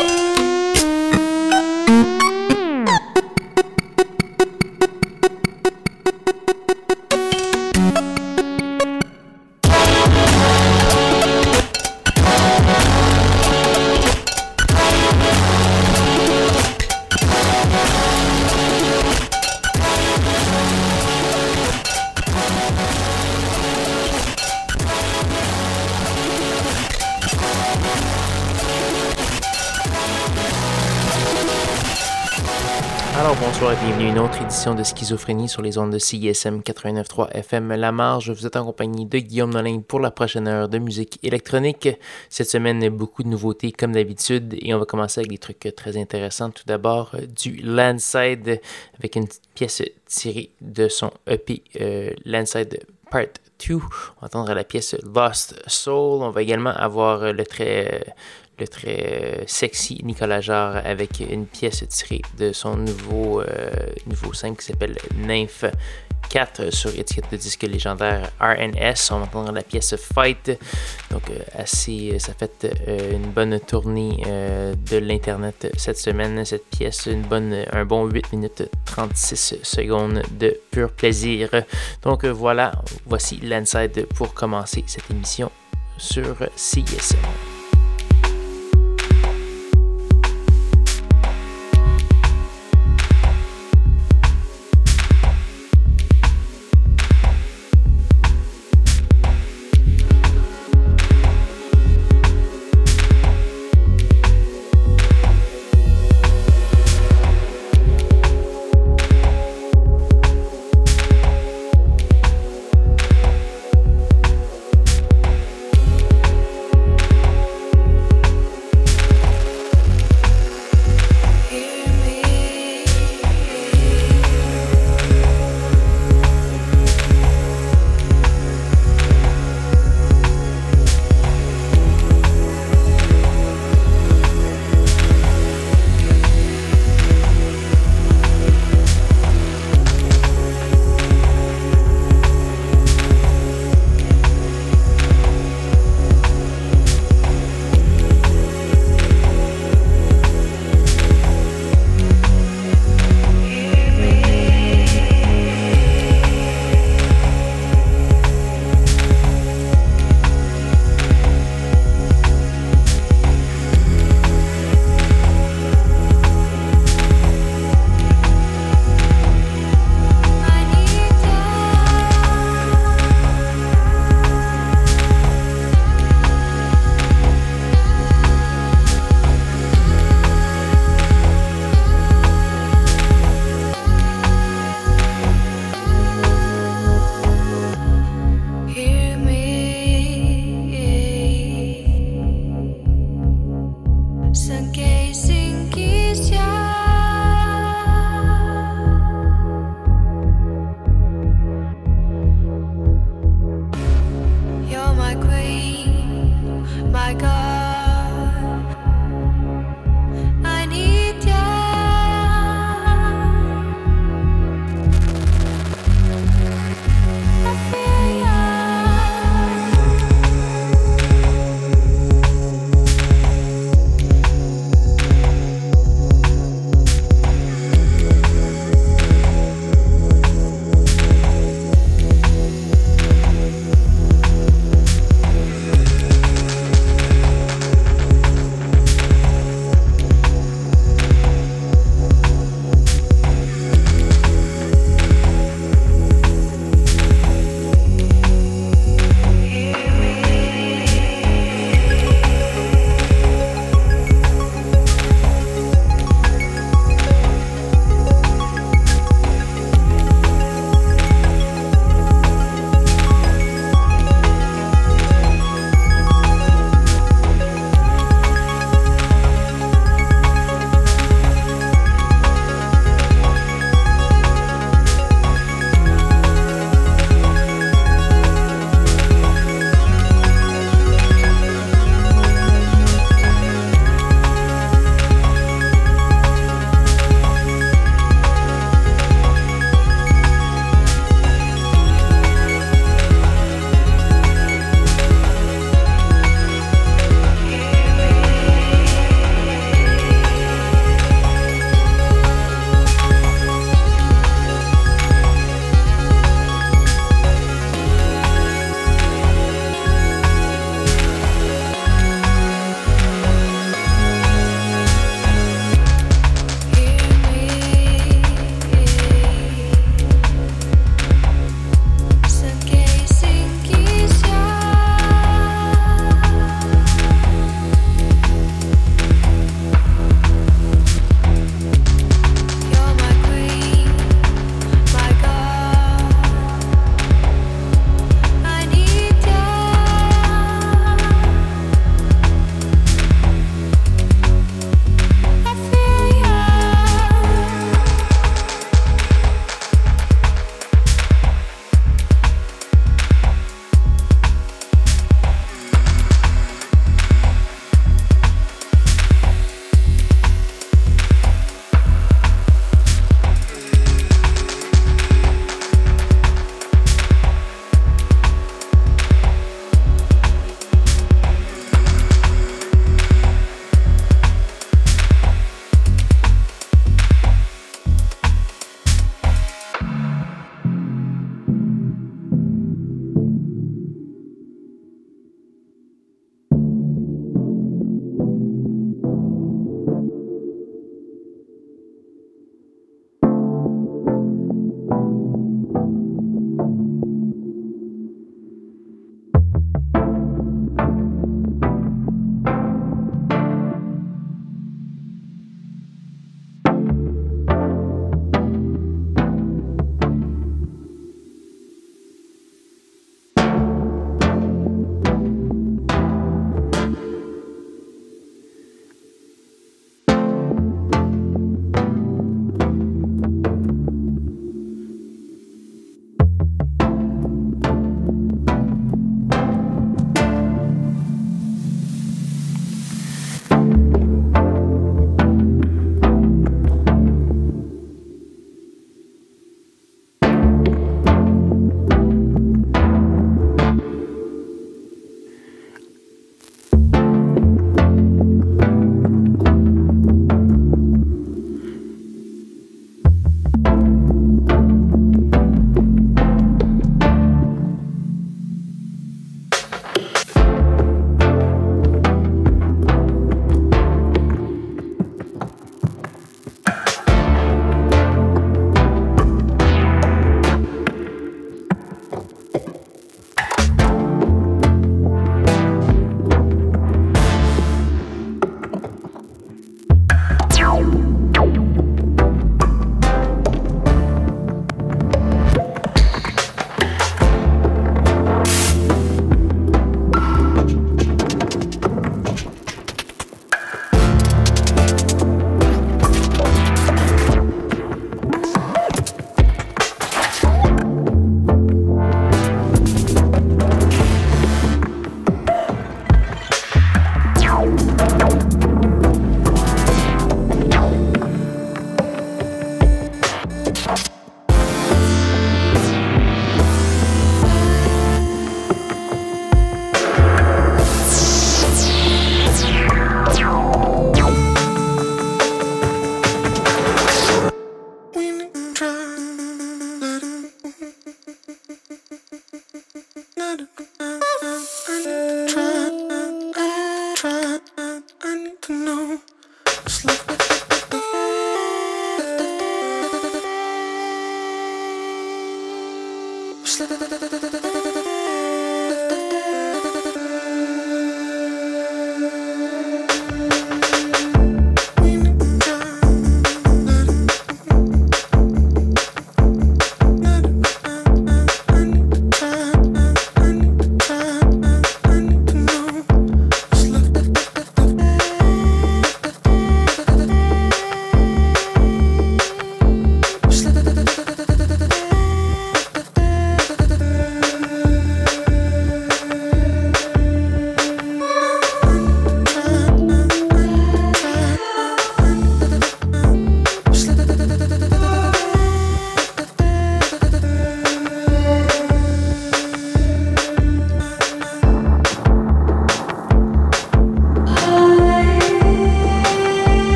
Alors bonsoir et bienvenue à une autre édition de Schizophrénie sur les ondes de CISM 89.3 FM La Marge. Vous êtes en compagnie de Guillaume Nolin pour la prochaine heure de musique électronique. Cette semaine, beaucoup de nouveautés comme d'habitude et on va commencer avec des trucs très intéressants. Tout d'abord, du Landside avec une petite pièce tirée de son EP Landside Part 2. On va entendre la pièce Lost Soul. On va également avoir le très sexy Nicolas Jarre avec une pièce tirée de son nouveau simple qui s'appelle Nymph 4 sur étiquette de disque légendaire RNS. On va entendre la pièce Fight. Donc ça fait une bonne tournée de l'internet cette semaine. Cette pièce, un bon 8 minutes 36 secondes de pur plaisir. Donc voilà, voici Landside pour commencer cette émission sur CISM.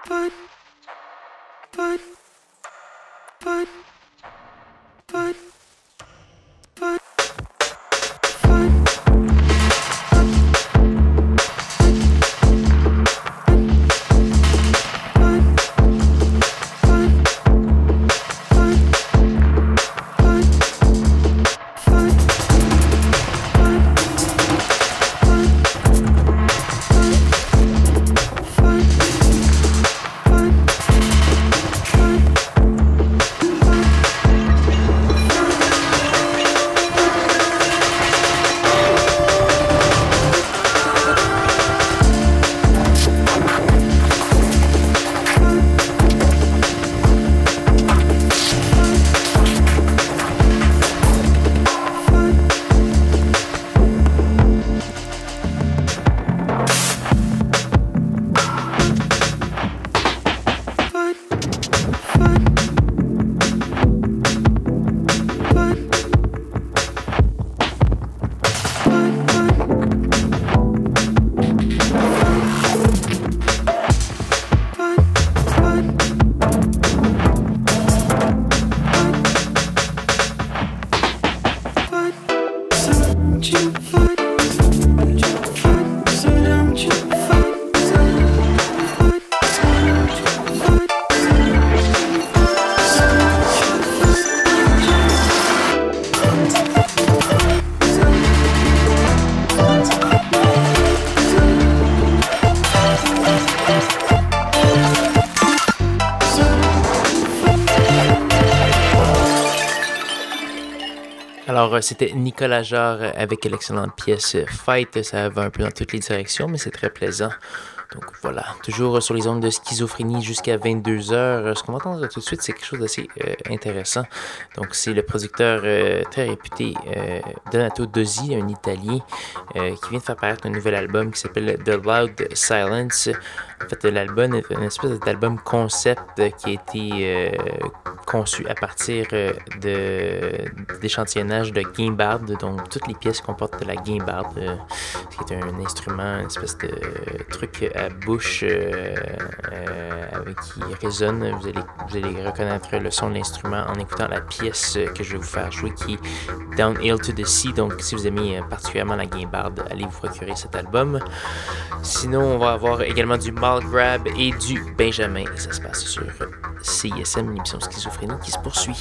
Alors, c'était Nicolas Jarre avec l'excellente pièce Fight. Ça va un peu dans toutes les directions, mais c'est très plaisant. Donc voilà, toujours sur les ondes de schizophrénie jusqu'à 22h. Ce qu'on va entendre tout de suite, c'est quelque chose d'assez intéressant. Donc c'est le producteur très réputé Donato Dozzi, un Italien, qui vient de faire paraître un nouvel album qui s'appelle The Loud Silence. En fait, l'album est une espèce d'album concept qui a été conçu à partir d'échantillonnage de guimbarde. Donc toutes les pièces comportent de la guimbarde, qui est un instrument, une espèce de truc à bouche qui résonne. Vous allez reconnaître le son de l'instrument en écoutant la pièce que je vais vous faire jouer, qui est Downhill to the Sea. Donc si vous aimez particulièrement la guimbarde, allez vous procurer cet album. Sinon, on va avoir également du Malgrab et du Benjamin. Ça se passe sur CISM, l'émission Schizophrénie qui se poursuit.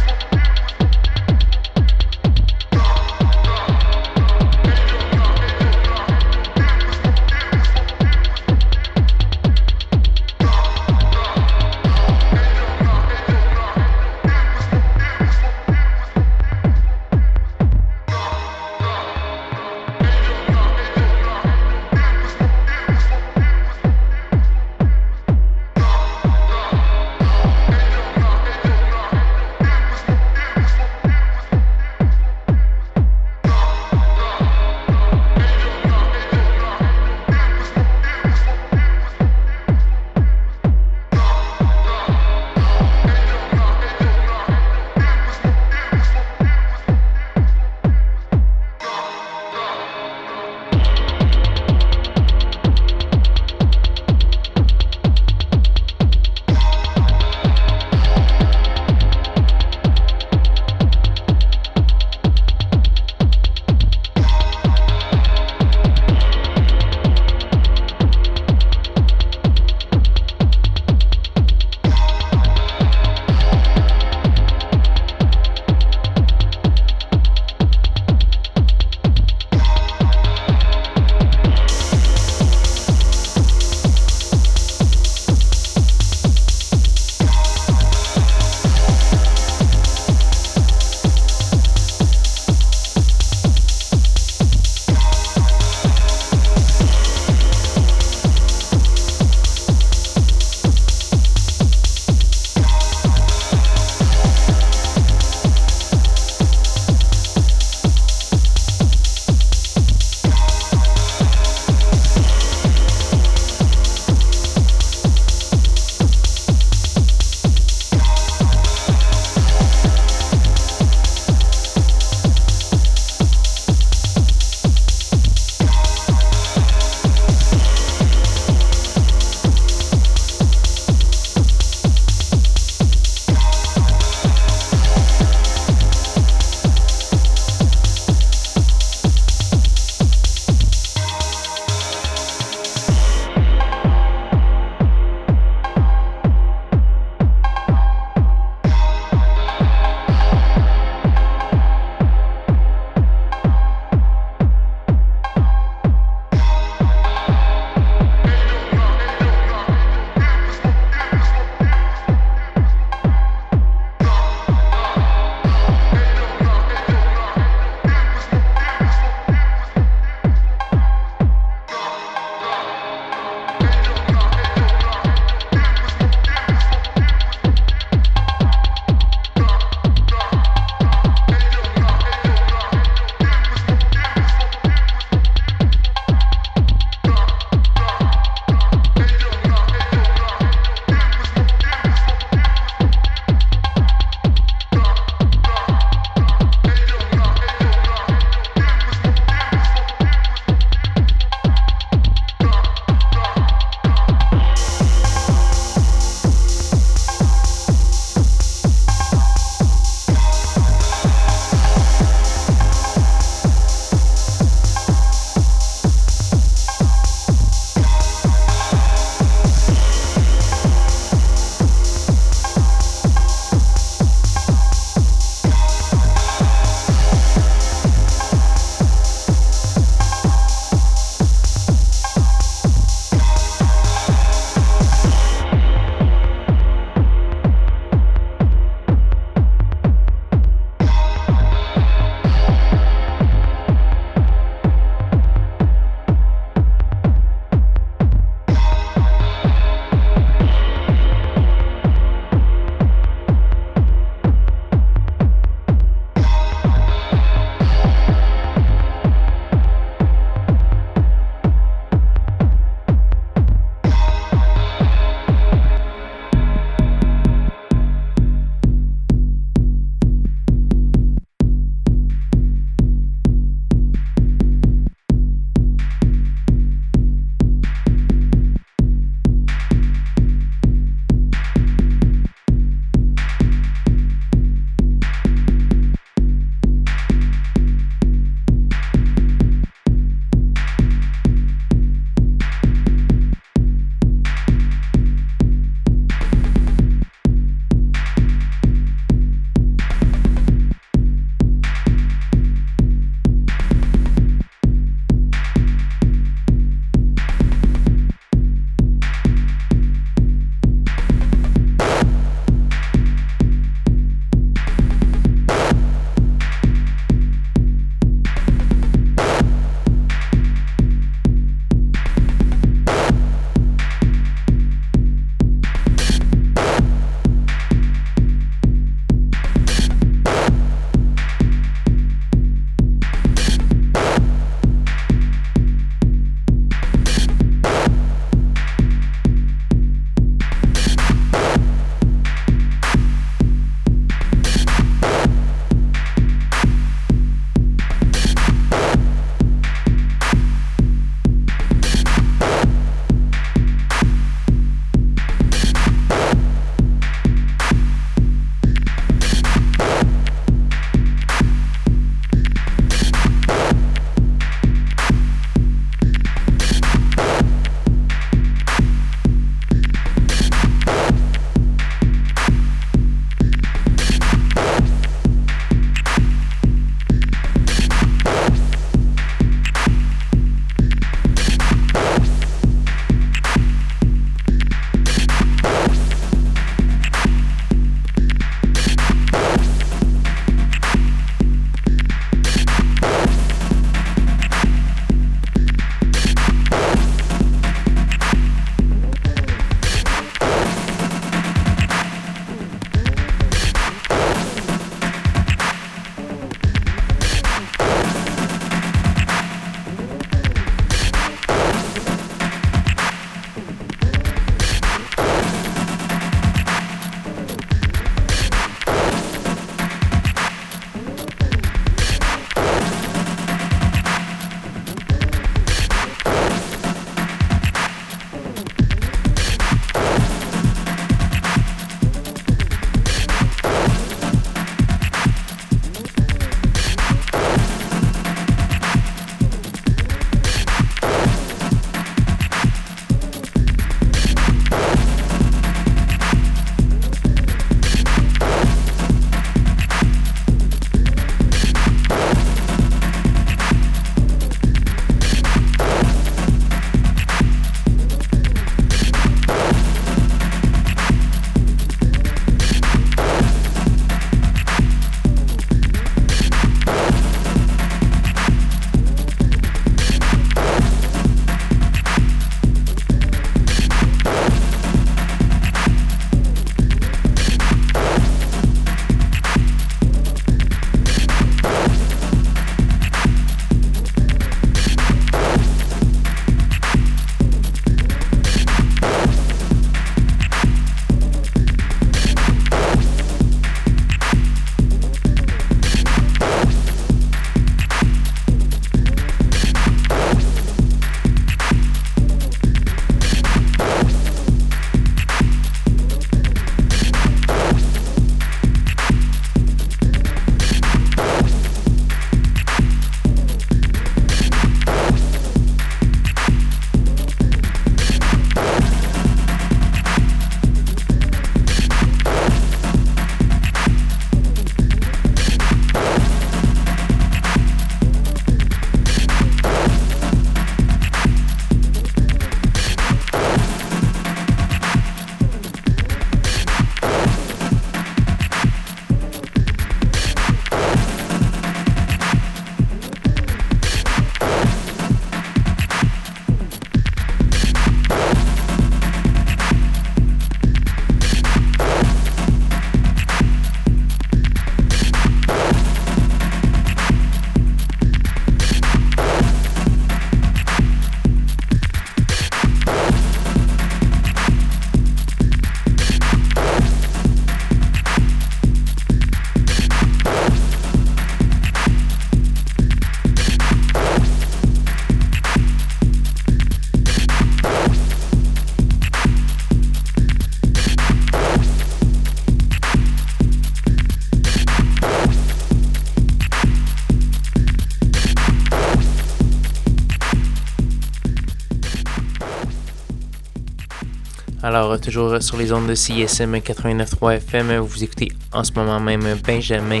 Alors, toujours sur les ondes de CISM 89.3 FM, vous écoutez en ce moment même Benjamin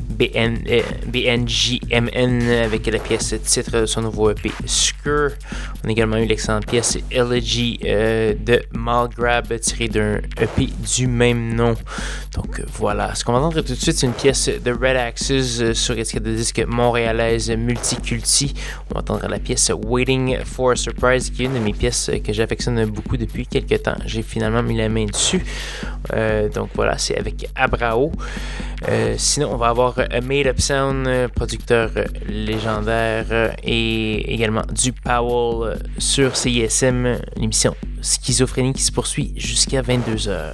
BNJMN avec la pièce titre de son nouveau EP Skur. On a également eu l'excellente pièce Elegy de Malgrab tirée d'un EP du même nom. Donc voilà, ce qu'on va entendre tout de suite, c'est une pièce de Red Axes sur étiquette de disque montréalaise Multiculti. On va entendre la pièce Waiting for a Surprise, qui est une de mes pièces que j'affectionne beaucoup depuis quelques temps. J'ai finalement mis la main dessus. Donc voilà, c'est avec Abrao. Sinon, on va avoir A Made Up Sound, producteur légendaire, et également du Powell sur CISM, l'émission Schizophrénie qui se poursuit jusqu'à 22h.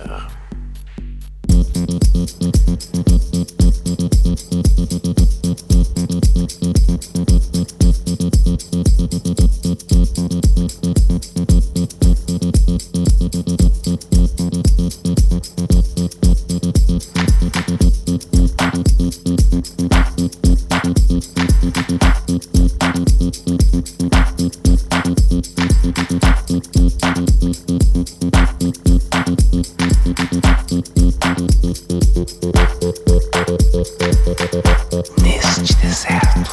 Neste deserto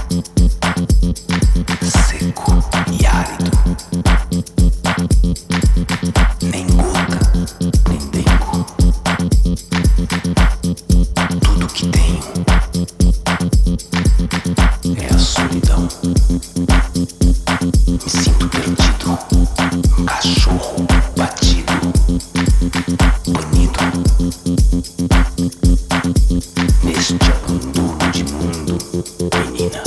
seco e árido, nem gota, nem dengo. Tudo que tenho é a solidão. Me sinto perdido, um cachorro batido, banido neste abandono de mundo, menina.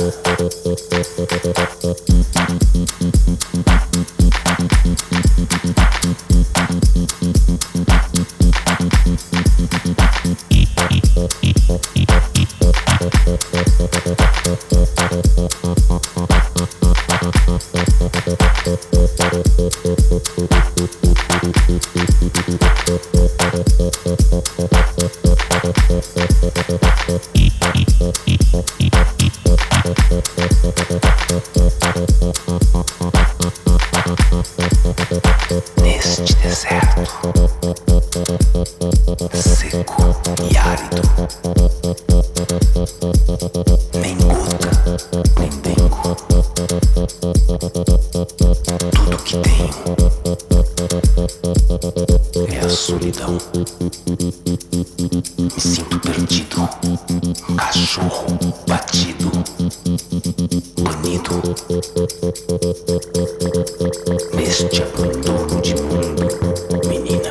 Neste deserto seco e árido, nem gota, nem dengo. Tudo que tenho é a solidão. Me sinto perdido, um cachorro batido, banido neste abandono de mundo, menina.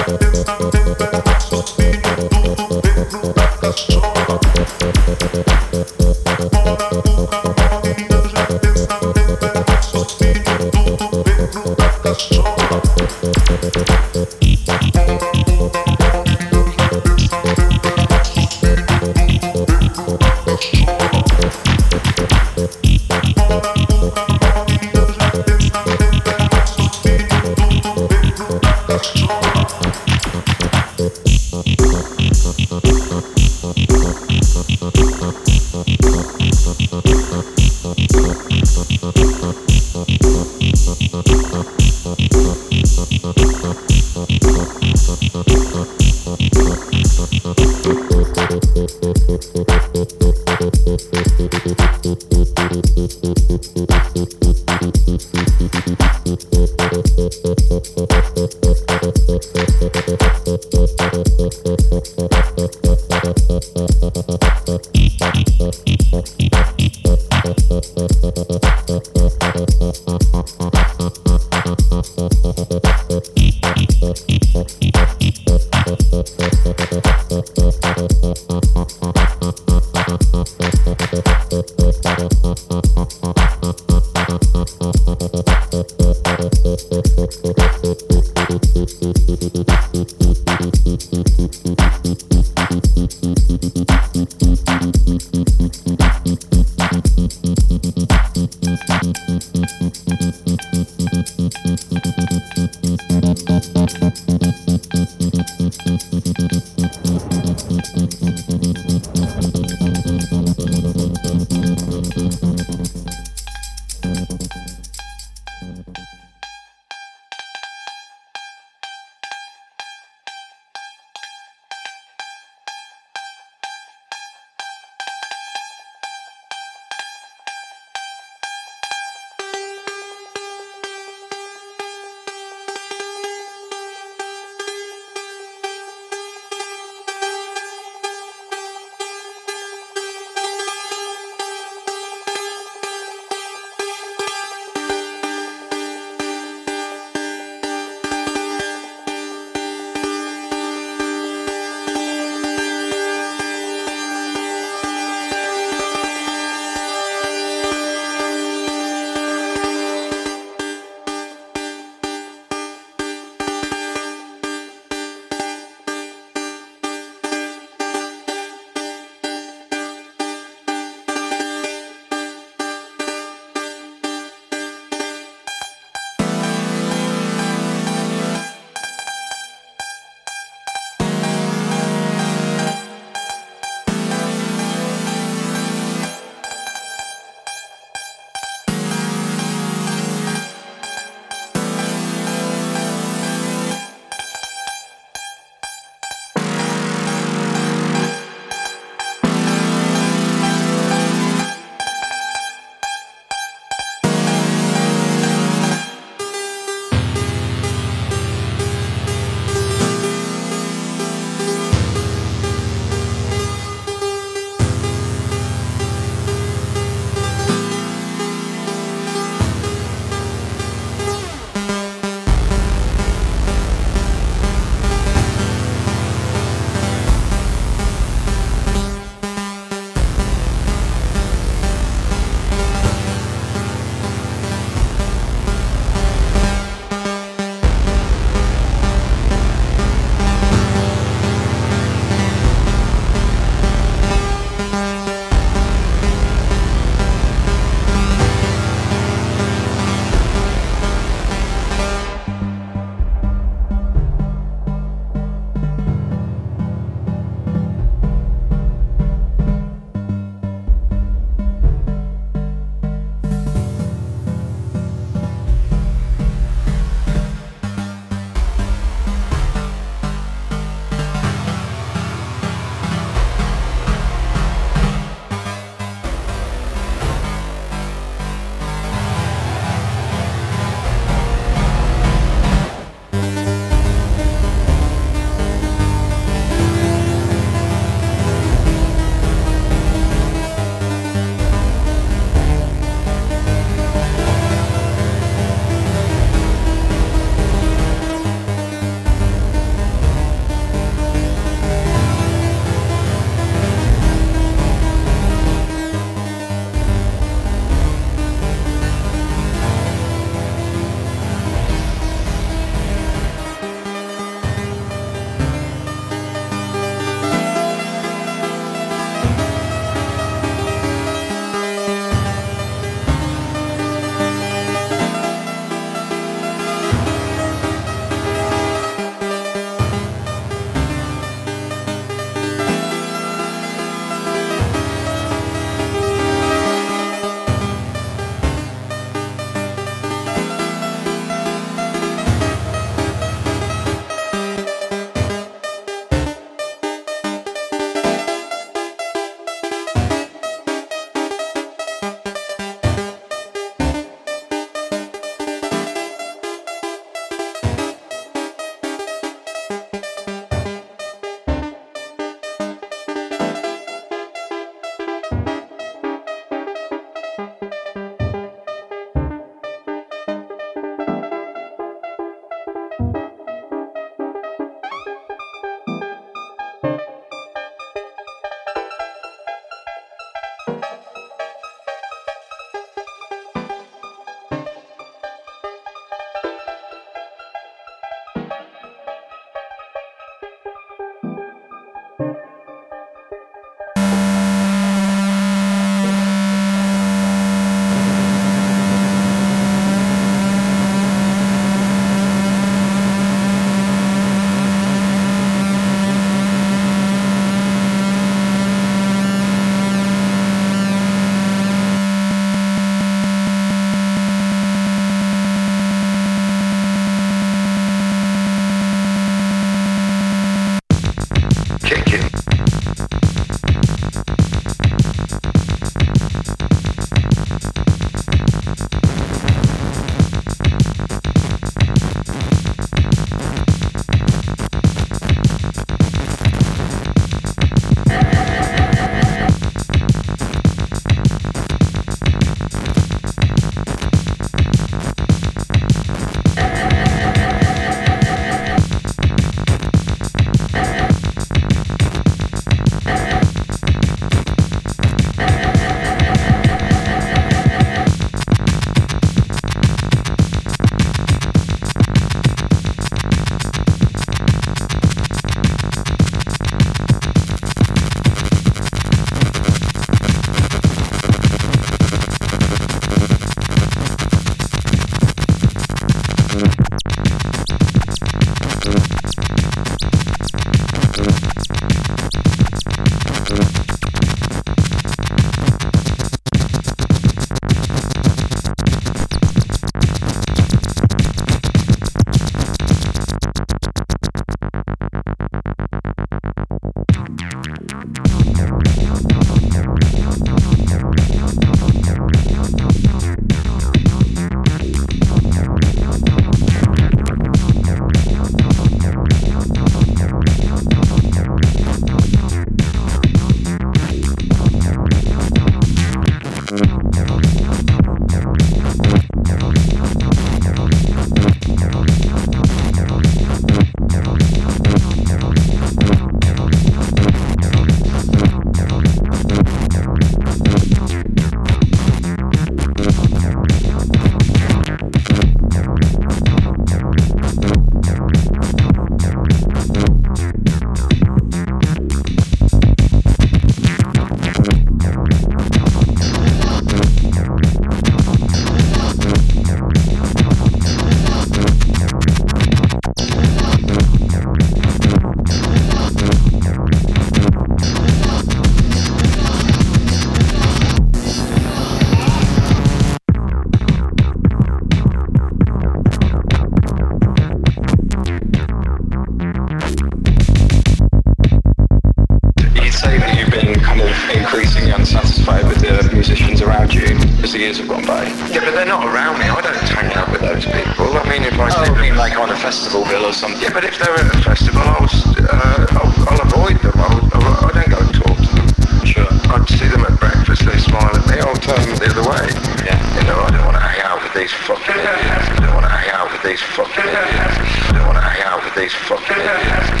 say that you've been kind of increasingly unsatisfied with the musicians around you as the years have gone by. Yeah, but they're not around me. I don't hang out with those people. I mean, if I see them like on a festival bill or something. Yeah, but if they're at a festival, I'll avoid them. I don't go and talk to them. Sure. I'd see them at breakfast, they smile at me, I'll turn the other way. Yeah. You know, I don't want to hang out with these fucking idiots. I don't want to hang out with these fucking idiots. I don't want to hang out with these fucking idiots.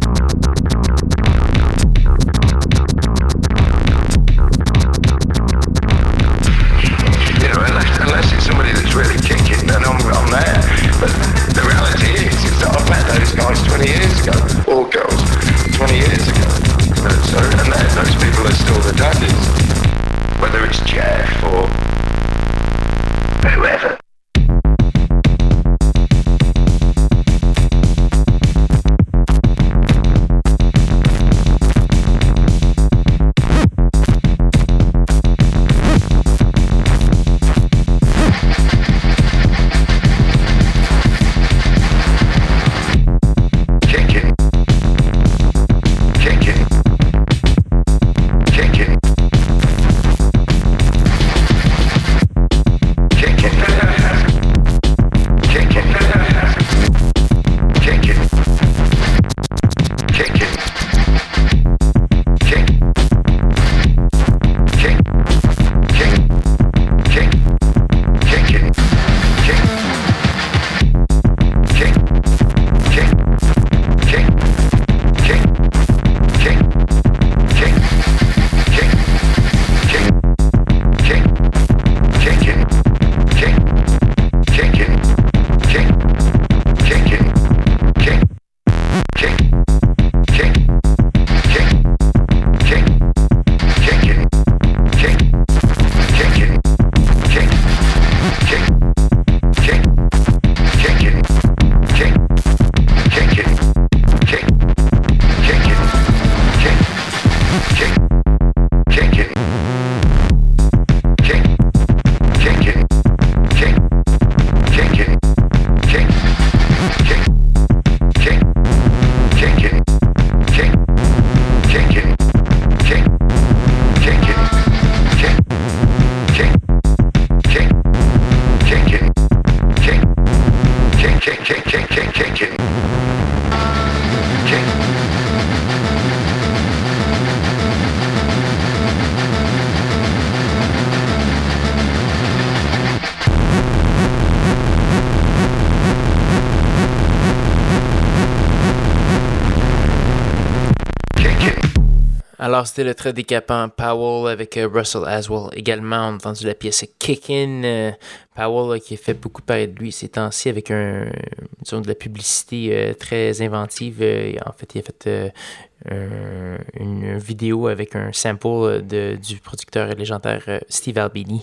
Unless it's somebody that's really kicking, then I'm there. But the reality is that I've met those guys 20 years ago, or girls 20 years ago. And those people are still the daddies, whether it's Jeff or whoever. Alors, c'était le très décapant Powell avec Russell Aswell également. On a entendu la pièce Kickin'. Powell qui a fait beaucoup parler de lui ces temps-ci avec disons, de la publicité très inventive. En fait, il a fait une vidéo avec un sample du producteur légendaire Steve Albini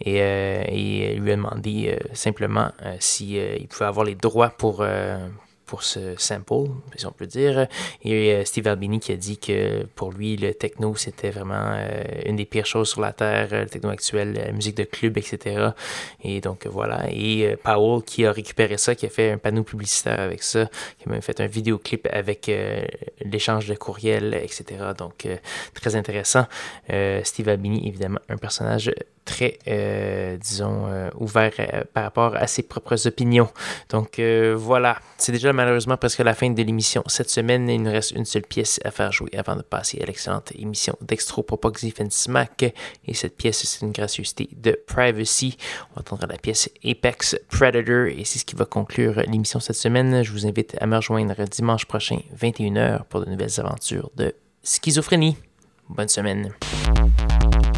et lui a demandé simplement s'il pouvait avoir les droits pour ce sample, si on peut dire. Et Steve Albini qui a dit que pour lui, le techno, c'était vraiment une des pires choses sur la Terre, le techno actuel, la musique de club, etc. Et donc voilà. Et Powell qui a récupéré ça, qui a fait un panneau publicitaire avec ça, qui a même fait un vidéoclip avec l'échange de courriels, etc. Donc très intéressant. Steve Albini, évidemment, un personnage très, disons, ouvert par rapport à ses propres opinions. Donc voilà, c'est déjà malheureusement presque la fin de l'émission. Cette semaine, il nous reste une seule pièce à faire jouer avant de passer à l'excellente émission d'Extro Propoxy Smack. Et cette pièce, c'est une gracieuseté de Privacy. On entendra la pièce Apex Predator et c'est ce qui va conclure l'émission cette semaine. Je vous invite à me rejoindre dimanche prochain, 21h, pour de nouvelles aventures de schizophrénie. Bonne semaine.